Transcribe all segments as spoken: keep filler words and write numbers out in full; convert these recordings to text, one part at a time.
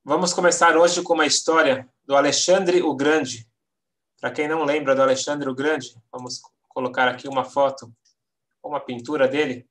Vamos começar hoje com uma história do Alexandre o Grande. Para quem não lembra do Alexandre o Grande, vamos colocar aqui uma foto, uma pintura dele.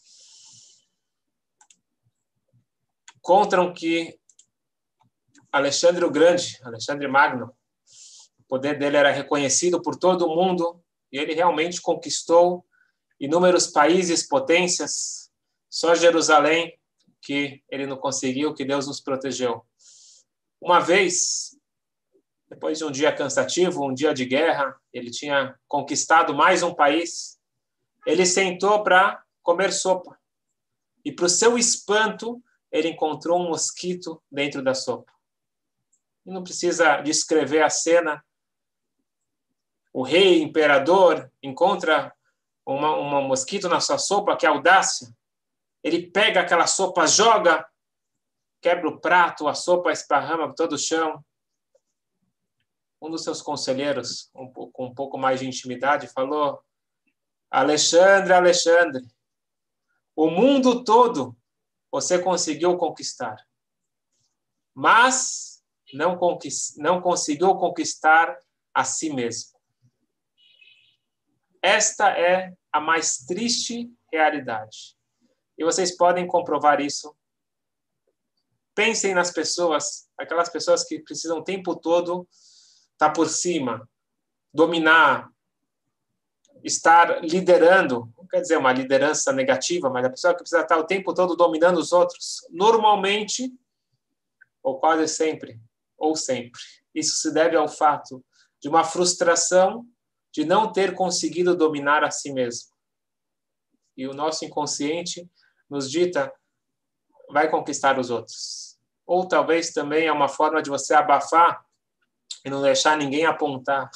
Contam que Alexandre o Grande, Alexandre Magno, o poder dele era reconhecido por todo o mundo e ele realmente conquistou inúmeros países, potências. Só Jerusalém que ele não conseguiu, que Deus nos protegeu. Uma vez, depois de um dia cansativo, um dia de guerra, ele tinha conquistado mais um país, ele sentou para comer sopa. E, para o seu espanto, ele encontrou um mosquito dentro da sopa. E não precisa descrever a cena. O rei, imperador, encontra uma, uma mosquito na sua sopa, que audácia. Ele pega aquela sopa, joga, quebra o prato, a sopa esparrama por todo o chão. Um dos seus conselheiros, um, com um pouco mais de intimidade, falou: Alexandre, Alexandre, o mundo todo você conseguiu conquistar, mas não, conquist, não conseguiu conquistar a si mesmo. Esta é a mais triste realidade. E vocês podem comprovar isso. Pensem nas pessoas, aquelas pessoas que precisam o tempo todo estar por cima, dominar, estar liderando, não quer dizer uma liderança negativa, mas a pessoa que precisa estar o tempo todo dominando os outros, normalmente, ou quase sempre, ou sempre. Isso se deve ao fato de uma frustração de não ter conseguido dominar a si mesmo. E o nosso inconsciente nos dita: vai conquistar os outros. Ou talvez também é uma forma de você abafar e não deixar ninguém apontar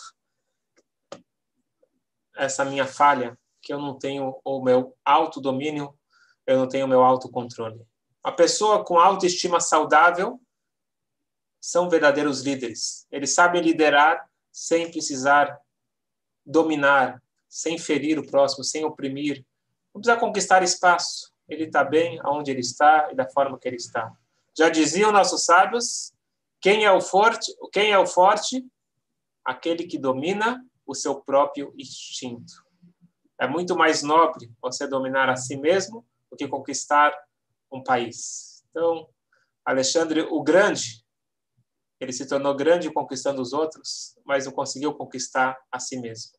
essa minha falha, que eu não tenho o meu autodomínio, eu não tenho o meu autocontrole. A pessoa com autoestima saudável são verdadeiros líderes. Eles sabem liderar sem precisar dominar, sem ferir o próximo, sem oprimir. Não precisa conquistar espaço. Ele está bem aonde ele está e da forma que ele está. Já diziam nossos sábios, quem é o forte? Quem é o forte? Aquele que domina o seu próprio instinto. É muito mais nobre você dominar a si mesmo do que conquistar um país. Então, Alexandre o Grande, ele se tornou grande conquistando os outros, mas não conseguiu conquistar a si mesmo.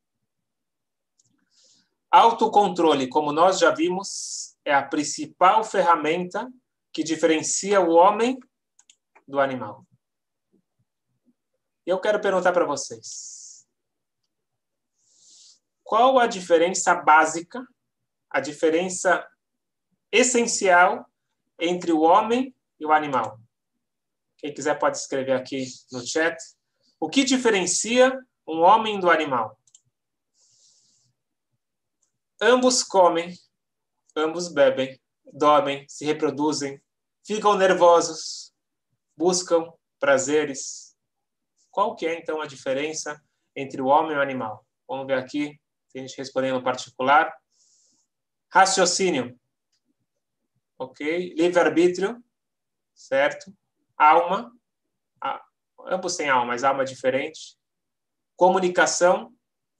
Autocontrole, como nós já vimos, é a principal ferramenta que diferencia o homem do animal. E eu quero perguntar para vocês: qual a diferença básica, a diferença essencial entre o homem e o animal? Quem quiser pode escrever aqui no chat. O que diferencia um homem do animal? Ambos comem, ambos bebem, dormem, se reproduzem, ficam nervosos, buscam prazeres. Qual que é, então, a diferença entre o homem e o animal? Vamos ver aqui, tem gente respondendo no particular. Raciocínio. Ok. Livre-arbítrio. Certo. Alma. Ah, ambos têm alma, mas alma é diferente. Comunicação.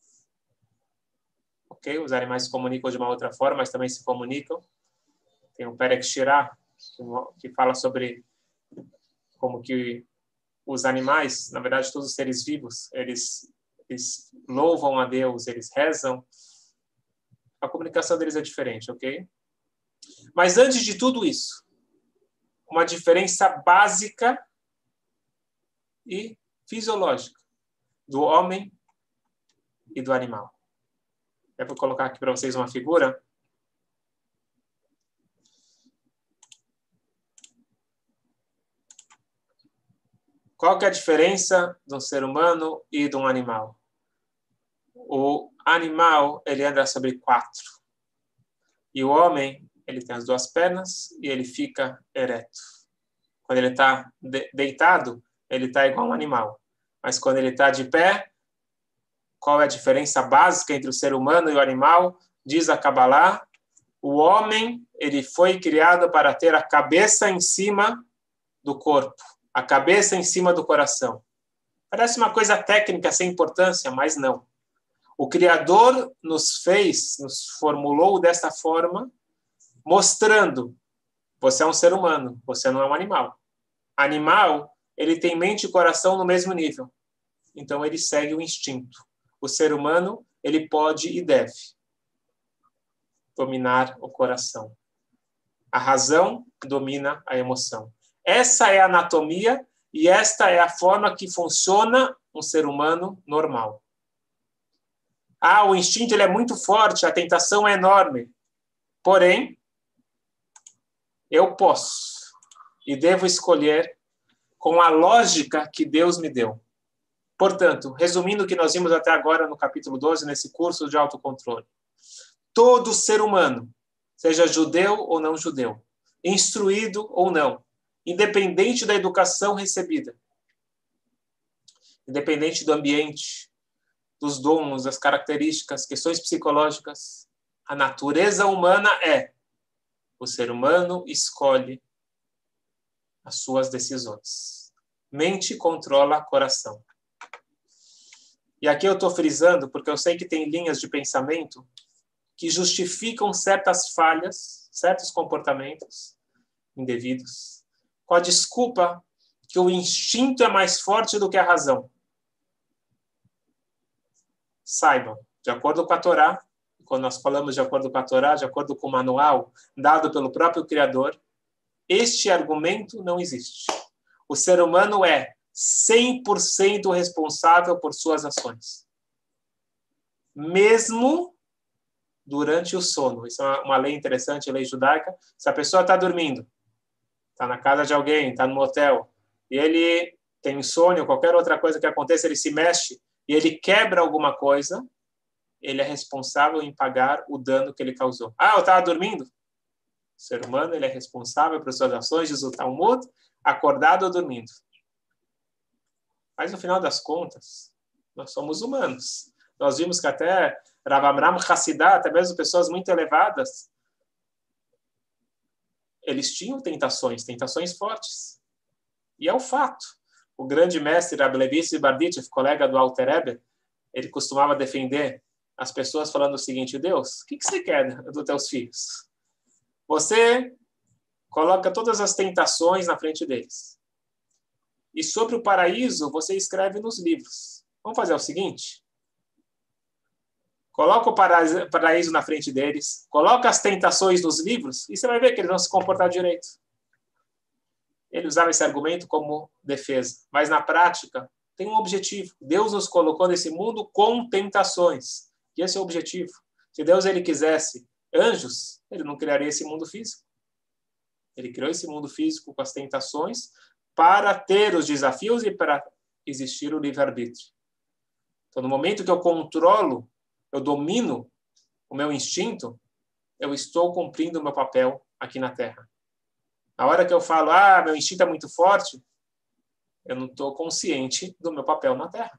Ok. Os animais se comunicam de uma outra forma, mas também se comunicam. Tem o Perek Shirah, que fala sobre como que os animais, na verdade, todos os seres vivos, eles, eles louvam a Deus, eles rezam. A comunicação deles é diferente, ok? Mas antes de tudo isso, uma diferença básica e fisiológica do homem e do animal. Eu vou colocar aqui para vocês uma figura. Qual que é a diferença de um ser humano e de um animal? O animal, ele anda sobre quatro. E o homem, ele tem as duas pernas e ele fica ereto. Quando ele está de- deitado, ele está igual a um animal. Mas quando ele está de pé, qual é a diferença básica entre o ser humano e o animal? Diz a Kabbalah, o homem, ele foi criado para ter a cabeça em cima do corpo, a cabeça em cima do coração. Parece uma coisa técnica sem importância, mas não. O Criador nos fez, nos formulou desta forma, mostrando: você é um ser humano, você não é um animal. Animal, ele tem mente e coração no mesmo nível. Então, ele segue o instinto. O ser humano, ele pode e deve dominar o coração. A razão domina a emoção. Essa é a anatomia e esta é a forma que funciona um ser humano normal. Ah, o instinto ele é muito forte, a tentação é enorme. Porém, eu posso e devo escolher com a lógica que Deus me deu. Portanto, resumindo o que nós vimos até agora no capítulo doze, nesse curso de autocontrole. Todo ser humano, seja judeu ou não judeu, instruído ou não, independente da educação recebida, independente do ambiente, dos dons, das características, questões psicológicas, a natureza humana é: o ser humano escolhe as suas decisões. Mente controla coração. E aqui eu estou frisando, porque eu sei que tem linhas de pensamento que justificam certas falhas, certos comportamentos indevidos, com a desculpa que o instinto é mais forte do que a razão. Saibam, de acordo com a Torá, quando nós falamos de acordo com a Torá, de acordo com o manual dado pelo próprio Criador, este argumento não existe. O ser humano é cem por cento responsável por suas ações. Mesmo durante o sono. Isso é uma lei interessante, a lei judaica. Se a pessoa está dormindo, está na casa de alguém, está no motel, e ele tem insônia, qualquer outra coisa que aconteça, ele se mexe e ele quebra alguma coisa, ele é responsável em pagar o dano que ele causou. Ah, eu estava dormindo? O ser humano ele é responsável por suas ações, diz o Talmud, acordado ou dormindo. Mas, no final das contas, nós somos humanos. Nós vimos que até Rav Amram Hassidah, até mesmo pessoas muito elevadas, eles tinham tentações, tentações fortes. E é o fato. O grande mestre Rabbi Levi Sibarditchev, colega do Alter Rebbe, ele costumava defender as pessoas falando o seguinte: Deus, o que você quer dos teus filhos? Você coloca todas as tentações na frente deles. E sobre o paraíso, você escreve nos livros. Vamos fazer o seguinte? Coloca o paraíso na frente deles, coloca as tentações nos livros, e você vai ver que eles vão se comportar direito. Ele usava esse argumento como defesa. Mas, na prática, tem um objetivo. Deus nos colocou nesse mundo com tentações. E esse é o objetivo. Se Deus ele quisesse anjos, ele não criaria esse mundo físico. Ele criou esse mundo físico com as tentações para ter os desafios e para existir o livre-arbítrio. Então, no momento que eu controlo, eu domino o meu instinto, eu estou cumprindo o meu papel aqui na Terra. Na hora que eu falo, ah, meu instinto é muito forte, eu não estou consciente do meu papel na Terra.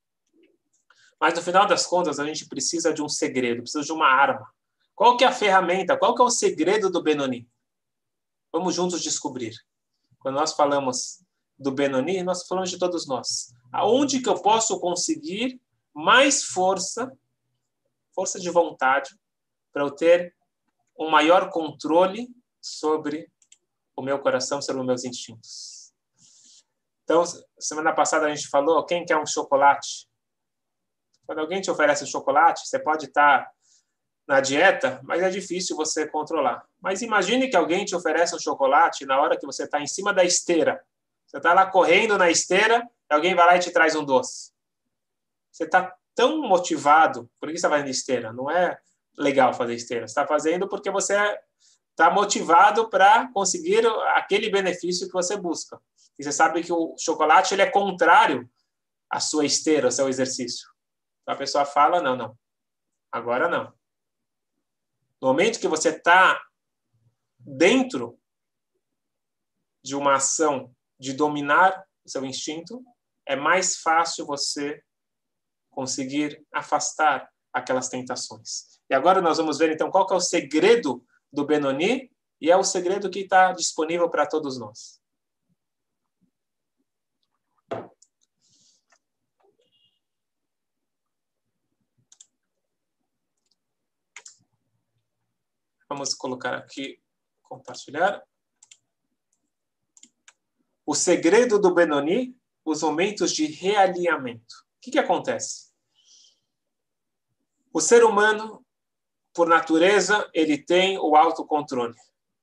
Mas, no final das contas, a gente precisa de um segredo, precisa de uma arma. Qual que é a ferramenta? Qual que é o segredo do Benoni? Vamos juntos descobrir. Quando nós falamos do Benoni, nós falamos de todos nós. Aonde que eu posso conseguir mais força, força de vontade, para eu ter um maior controle sobre o meu coração, sobre os meus instintos? Então, semana passada a gente falou, quem quer um chocolate? Quando alguém te oferece um chocolate, você pode estar na dieta, mas é difícil você controlar. Mas imagine que alguém te oferece um chocolate na hora que você está em cima da esteira. Você está lá correndo na esteira e alguém vai lá e te traz um doce. Você está tão motivado. Por que você está fazendo esteira? Não é legal fazer esteira. Você está fazendo porque você está motivado para conseguir aquele benefício que você busca. E você sabe que o chocolate ele é contrário à sua esteira, ao seu exercício. Então a pessoa fala, não, não. Agora não. No momento que você está dentro de uma ação de dominar o seu instinto, é mais fácil você conseguir afastar aquelas tentações. E agora nós vamos ver, então, qual que é o segredo do Benoni, e é o segredo que está disponível para todos nós. Vamos colocar aqui, compartilhar. O segredo do Benoni, os momentos de realinhamento. O que, que acontece? O ser humano, por natureza, ele tem o autocontrole.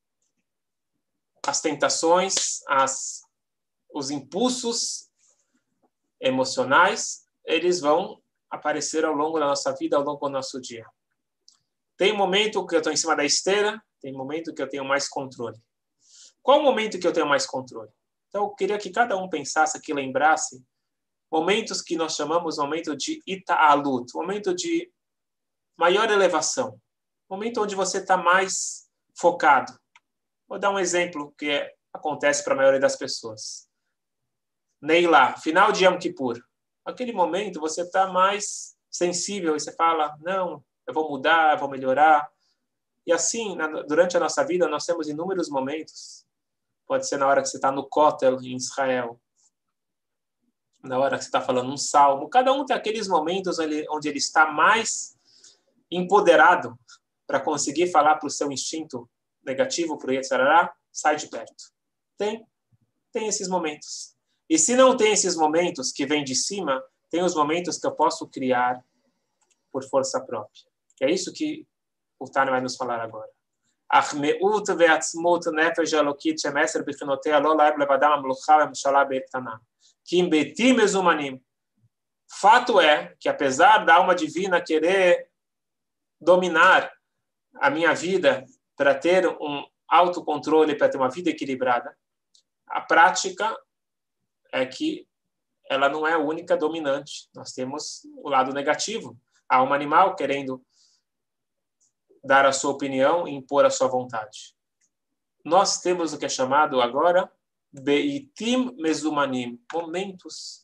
As tentações, as, os impulsos emocionais, eles vão aparecer ao longo da nossa vida, ao longo do nosso dia. Tem momento que eu estou em cima da esteira, tem momento que eu tenho mais controle. Qual o momento que eu tenho mais controle? Então, eu queria que cada um pensasse, que lembrasse momentos que nós chamamos de momento de ita'alut, momento de maior elevação, momento onde você está mais focado. Vou dar um exemplo que é, acontece para a maioria das pessoas. Neilá, final de Yom Kippur. Naquele momento você está mais sensível e você fala, não, eu vou mudar, eu vou melhorar. E assim, na, durante a nossa vida, nós temos inúmeros momentos. Pode ser na hora que você está no Kotel, em Israel. Na hora que você está falando um salmo. Cada um tem aqueles momentos onde ele, onde ele está mais empoderado para conseguir falar para o seu instinto negativo, para o Yetzirah, sai de perto. Tem, tem esses momentos. E se não tem esses momentos que vêm de cima, tem os momentos que eu posso criar por força própria. E é isso que o Tânia vai nos falar agora. Achmeut ve'atzmut nefesh elokit shemeser b'chinotea lo laib levadam amlucha ve'mshala be'etana. Kim betim mezumanim. Fato é que, apesar da alma divina querer dominar a minha vida para ter um autocontrole, para ter uma vida equilibrada, a prática é que ela não é a única dominante. Nós temos o lado negativo. A alma animal querendo dar a sua opinião e impor a sua vontade. Nós temos o que é chamado agora Beitim Mezumanim, momentos,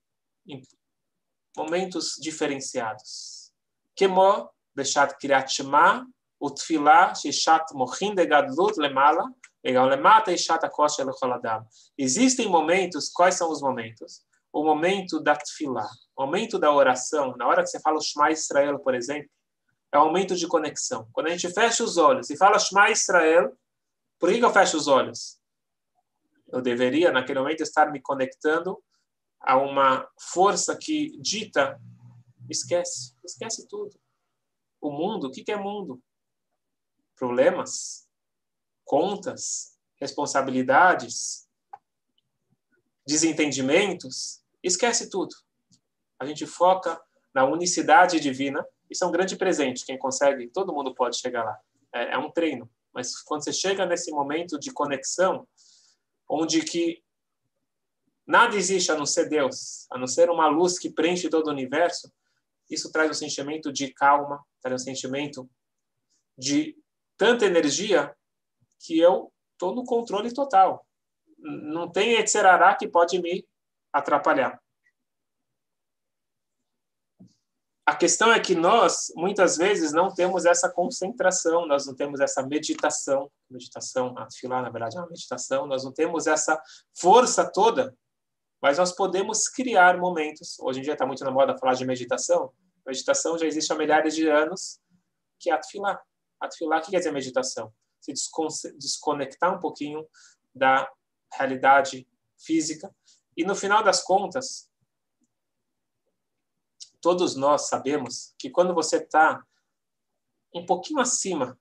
momentos diferenciados. Kemo Beshat Kriyat Shema Utfilah Shishat Mochin de Gadlut Lemala Legal Lemata e Shat Akosh Elecholadam. Existem momentos, quais são os momentos? O momento da Tfilah, o momento da oração, na hora que você fala o Shema Israel, por exemplo, é um momento de conexão. Quando a gente fecha os olhos e fala Shema Israel, por que eu fecho os olhos? Eu deveria, naquele momento, estar me conectando a uma força que dita, esquece, esquece tudo. O mundo, o que é mundo? Problemas, contas, responsabilidades, desentendimentos, esquece tudo. A gente foca na unicidade divina. Isso é um grande presente. Quem consegue, todo mundo pode chegar lá. É, é um treino. Mas quando você chega nesse momento de conexão, onde que nada existe a não ser Deus, a não ser uma luz que preenche todo o universo, isso traz um sentimento de calma, traz um sentimento de tanta energia que eu estou no controle total. Não tem Yetzirah que pode me atrapalhar. A questão é que nós, muitas vezes, não temos essa concentração, nós não temos essa meditação, meditação, a tefilá, na verdade, é uma meditação, nós não temos essa força toda, mas nós podemos criar momentos. Hoje em dia está muito na moda falar de meditação. Meditação já existe há milhares de anos, que é a tefilá. A tefilá, o que quer dizer meditação? Se desconectar um pouquinho da realidade física. E, no final das contas, todos nós sabemos que quando você está um pouquinho acima,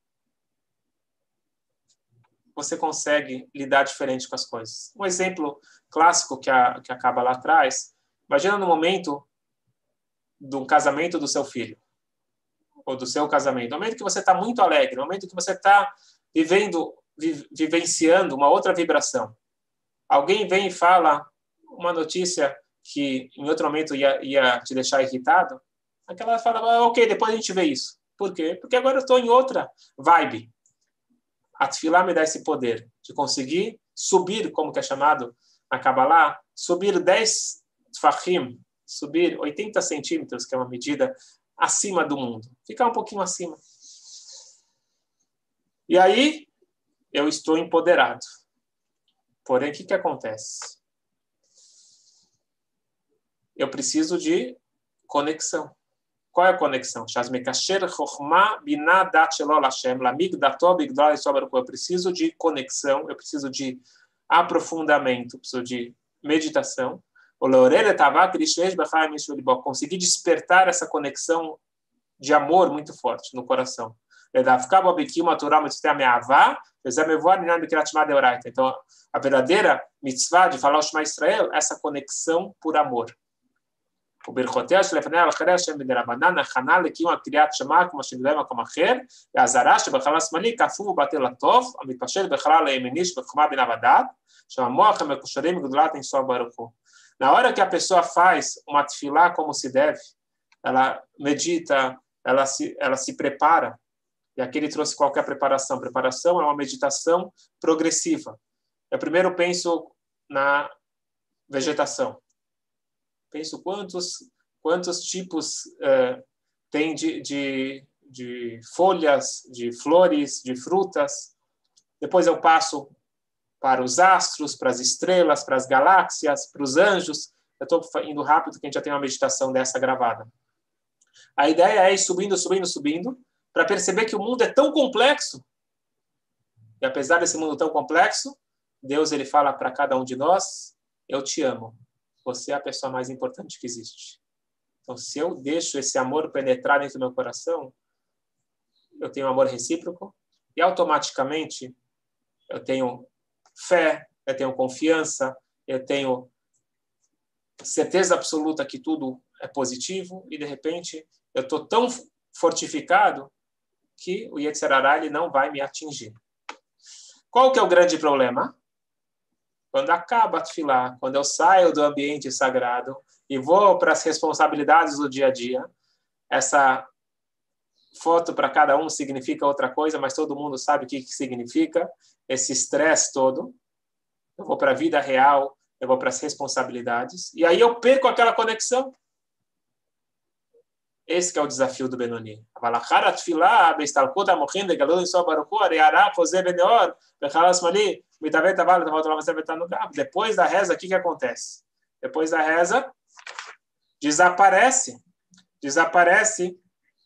você consegue lidar diferente com as coisas. Um exemplo clássico que a, que acaba lá atrás, imagina no momento de um casamento do seu filho, ou do seu casamento, no momento que você está muito alegre, no momento que você está vivendo, vi, vivenciando uma outra vibração. Alguém vem e fala uma notícia que em outro momento ia, ia te deixar irritado, aquela fala, ok, depois a gente vê isso. Por quê? Porque agora eu estou em outra vibe. A tefilá me dá esse poder de conseguir subir, como que é chamado na Kabbalah, subir dez tfachim, subir oitenta centímetros, que é uma medida acima do mundo. Ficar um pouquinho acima. E aí, eu estou empoderado. Porém, o que, que acontece? Eu preciso de conexão. Qual é a conexão? Eu preciso de conexão, eu preciso de aprofundamento, eu preciso de meditação. Conseguir despertar essa conexão de amor muito forte no coração. Então, a verdadeira mitzvah de falar o Shema Israel é essa conexão por amor. O Birchotea שלפניה על אחריה השם בדרבנן הכנה לקיום קריאת שמע כמו שנראה במקום אחר, והאזהרה שבחלל השמאלי כפוף ובטל הטוב, המתפשט בחלל הימיני שבחוכמה בינה ודעת, שהמוח המקושרים בגדולת אינסוף ברוך הוא. Na hora que a pessoa faz uma tefilá como se deve, ela medita, ela se, ela se prepara, e aqui ele trouxe qualquer preparação. Preparação é uma meditação progressiva. Eu primeiro penso na vegetação. Penso quantos, quantos tipos uh, tem de, de, de folhas, de flores, de frutas. Depois eu passo para os astros, para as estrelas, para as galáxias, para os anjos. Eu estou indo rápido, porque a gente já tem uma meditação dessa gravada. A ideia é ir subindo, subindo, subindo, para perceber que o mundo é tão complexo. E apesar desse mundo tão complexo, Deus ele fala para cada um de nós, eu te amo. Você é a pessoa mais importante que existe. Então, se eu deixo esse amor penetrar dentro do meu coração, eu tenho um amor recíproco e automaticamente eu tenho fé, eu tenho confiança, eu tenho certeza absoluta que tudo é positivo e, de repente, eu estou tão fortificado que o Yetzer Hará ele não vai me atingir. Qual que é o grande problema? Quando acaba a tefilá, quando eu saio do ambiente sagrado e vou para as responsabilidades do dia a dia, essa foto para cada um significa outra coisa, mas todo mundo sabe o que, que significa, esse estresse todo. Eu vou para a vida real, eu vou para as responsabilidades, e aí eu perco aquela conexão. Esse que é o desafio do Benoni. Depois da reza, o que, que acontece? Depois da reza, desaparece, desaparece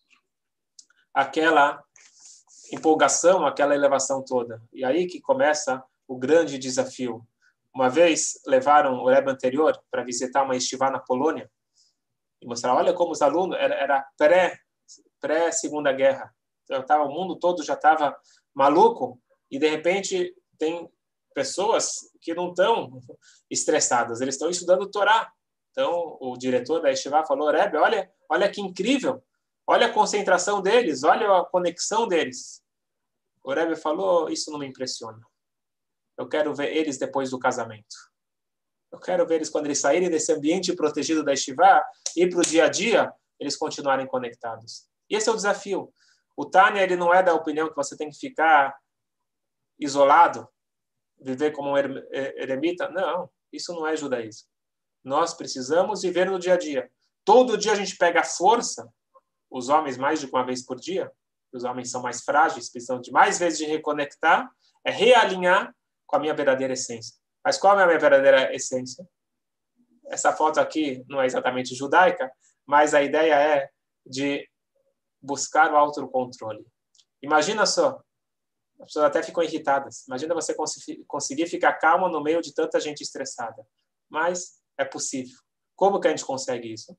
aquela empolgação, aquela elevação toda. E aí que começa o grande desafio. Uma vez levaram o Rebbe anterior para visitar uma yeshiva na Polônia, e mostrar, olha como os alunos, era, era pré, pré-segunda guerra. Então, tava, o mundo todo já estava maluco, e de repente tem pessoas que não estão estressadas, eles estão estudando Torá. Então, o diretor da Yeshiva falou, Rebbe, olha, olha que incrível, olha a concentração deles, olha a conexão deles. O Rebbe falou, isso não me impressiona. Eu quero ver eles depois do casamento. Eu quero ver eles, quando eles saírem desse ambiente protegido da Yeshiva, e para o dia a dia, eles continuarem conectados. E esse é o desafio. O Tânia, ele não é da opinião que você tem que ficar isolado, viver como um eremita. Não, isso não é judaísmo. Nós precisamos viver no dia a dia. Todo dia a gente pega força, os homens mais de uma vez por dia, os homens são mais frágeis, precisam de mais vezes de reconectar, é realinhar com a minha verdadeira essência. Mas qual é a minha verdadeira essência? Essa foto aqui não é exatamente judaica, mas a ideia é de buscar o autocontrole. Imagina só, as pessoas até ficam irritadas. Imagina você conseguir ficar calma no meio de tanta gente estressada. Mas é possível. Como que a gente consegue isso?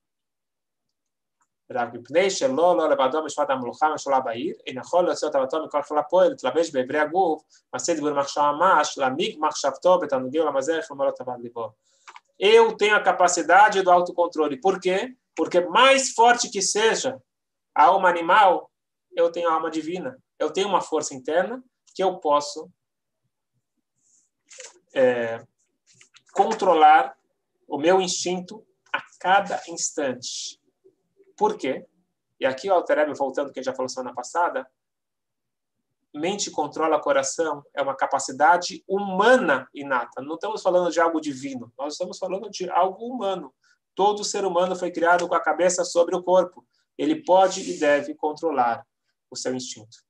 Eu tenho a capacidade do autocontrole. Por quê? Porque mais forte que seja a alma animal, eu tenho a alma divina. Eu tenho uma força interna que eu posso é, controlar o meu instinto a cada instante. Por quê? E aqui o Alter Rebbe, voltando ao que a gente já falou semana passada, mente controla coração é uma capacidade humana inata. Não estamos falando de algo divino, nós estamos falando de algo humano. Todo ser humano foi criado com a cabeça sobre o corpo. Ele pode e deve controlar o seu instinto.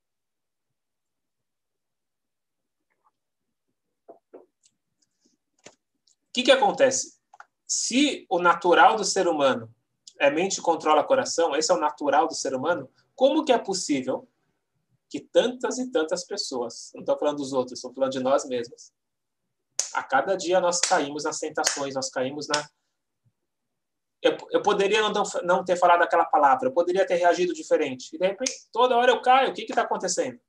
O que, que acontece? Se o natural do ser humano é mente que controla coração, esse é o natural do ser humano, como que é possível que tantas e tantas pessoas, não estou falando dos outros, estou falando de nós mesmos, a cada dia nós caímos nas tentações, nós caímos na... Eu, eu poderia não, não ter falado aquela palavra, eu poderia ter reagido diferente. E, de repente, toda hora eu caio. O que está acontecendo?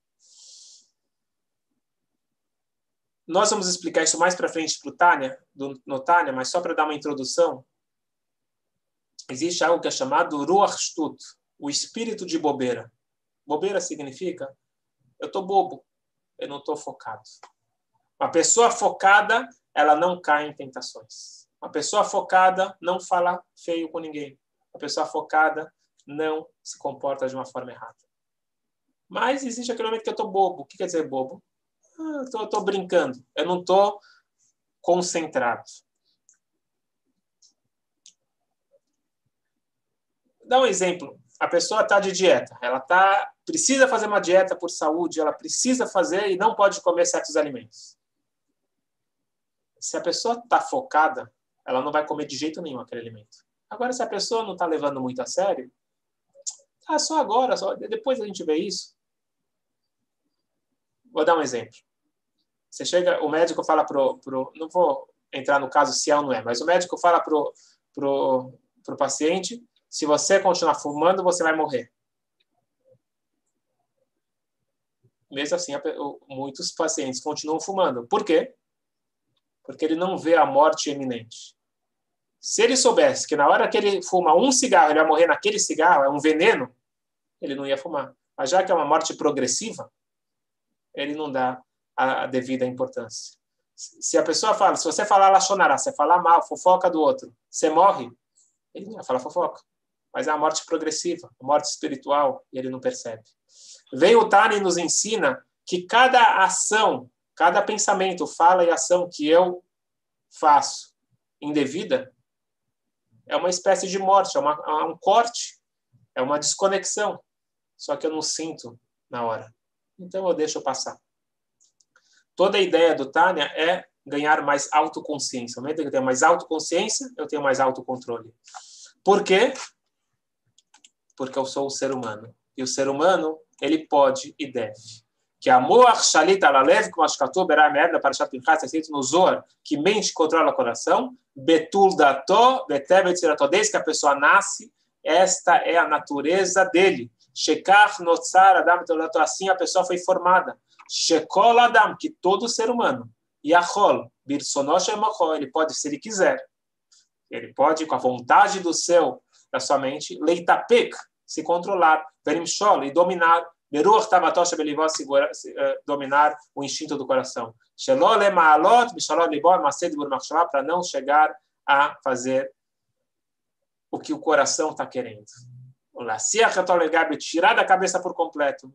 Nós vamos explicar isso mais para frente pro Tânia, do, no Tânia, mas só para dar uma introdução. Existe algo que é chamado Ruach Shtut, o espírito de bobeira. Bobeira significa, eu estou bobo, eu não estou focado. Uma pessoa focada, ela não cai em tentações. Uma pessoa focada não fala feio com ninguém. Uma pessoa focada não se comporta de uma forma errada. Mas existe aquele momento que eu estou bobo. O que quer dizer bobo? Ah, eu estou brincando. Eu não estou concentrado. Dá um exemplo. A pessoa está de dieta. Ela tá, precisa fazer uma dieta por saúde. Ela precisa fazer e não pode comer certos alimentos. Se a pessoa está focada, ela não vai comer de jeito nenhum aquele alimento. Agora, se a pessoa não está levando muito a sério, ah, só agora, só depois a gente vê isso. Vou dar um exemplo. Você chega, o médico fala pro, pro, não vou entrar no caso se é ou não é, mas o médico fala pro, pro, pro paciente, se você continuar fumando, você vai morrer. Mesmo assim, muitos pacientes continuam fumando. Por quê? Porque ele não vê a morte iminente. Se ele soubesse que na hora que ele fuma um cigarro, ele vai morrer naquele cigarro, é um veneno, ele não ia fumar. Mas já que é uma morte progressiva, ele não dá a devida importância. Se a pessoa fala, se você falar lachonará, você falar mal, fofoca do outro, você morre, ele não ia falar fofoca. Mas é uma morte progressiva, uma morte espiritual, e ele não percebe. Vem o Tânia e nos ensina que cada ação, cada pensamento, fala e ação que eu faço indevida é uma espécie de morte, é, uma, é um corte, é uma desconexão. Só que eu não sinto na hora. Então eu deixo passar. Toda a ideia do Tânia é ganhar mais autoconsciência. No momento que eu tenho mais autoconsciência, eu tenho mais autocontrole. Por quê? Porque eu sou um ser humano. E o ser humano, ele pode e deve. Que amor shalit alalev, como ashkatu berá merda para chat pinchas, escrito no Zohar, que mente controla o coração, betul dato, betevet sirato, desde que a pessoa nasce, esta é a natureza dele. Shekach notzar adam tolato, assim a pessoa foi formada. Shekol adam, que todo ser humano, yachol, birsonosh emochol, ele pode, se ele quiser, ele pode, com a vontade do seu, da sua mente, leitapek, se controlar, verimshol, e dominar, beruach tamatosh belivó, dominar o instinto do coração. Shelo le maalot, bishalot libó, mased burmachshavá, para não chegar a fazer o que o coração está querendo. Tirar da cabeça por completo.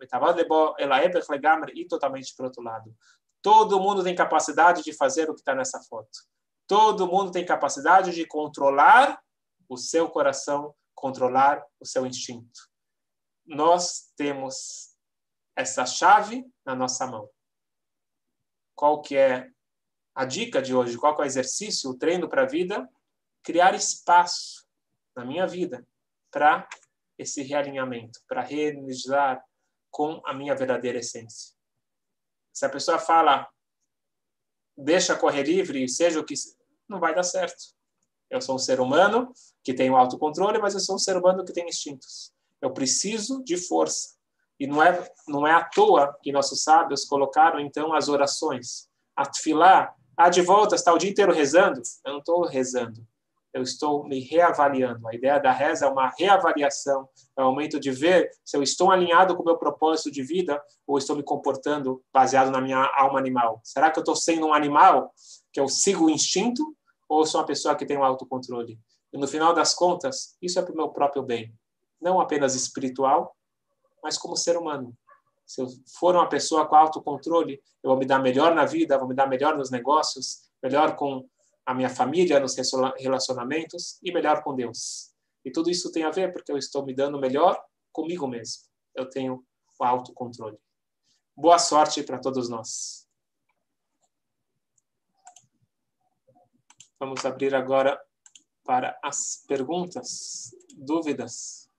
E totalmente para o outro lado. Todo mundo tem capacidade de fazer o que está nessa foto. Todo mundo tem capacidade de controlar o seu coração, controlar o seu instinto. Nós temos essa chave na nossa mão. Qual que é a dica de hoje? Qual que é o exercício, o treino para a vida? Criar espaço na minha vida para esse realinhamento, para reenergizar com a minha verdadeira essência. Se a pessoa fala, deixa correr livre, seja o que... não vai dar certo. Eu sou um ser humano que tem um autocontrole, mas eu sou um ser humano que tem instintos. Eu preciso de força. E não é, não é à toa que nossos sábios colocaram, então, as orações. A tefilá, ah, de volta, está o dia inteiro rezando? Eu não estou rezando. Eu estou me reavaliando. A ideia da reza é uma reavaliação, é o momento de ver se eu estou alinhado com o meu propósito de vida ou estou me comportando baseado na minha alma animal. Será que eu estou sendo um animal que eu sigo o instinto ou sou uma pessoa que tem um autocontrole? E no final das contas, isso é para o meu próprio bem. Não apenas espiritual, mas como ser humano. Se eu for uma pessoa com autocontrole, eu vou me dar melhor na vida, vou me dar melhor nos negócios, melhor com a minha família, nos relacionamentos e melhor com Deus. E tudo isso tem a ver porque eu estou me dando melhor comigo mesmo. Eu tenho o autocontrole. Boa sorte para todos nós. Vamos abrir agora para as perguntas. Dúvidas?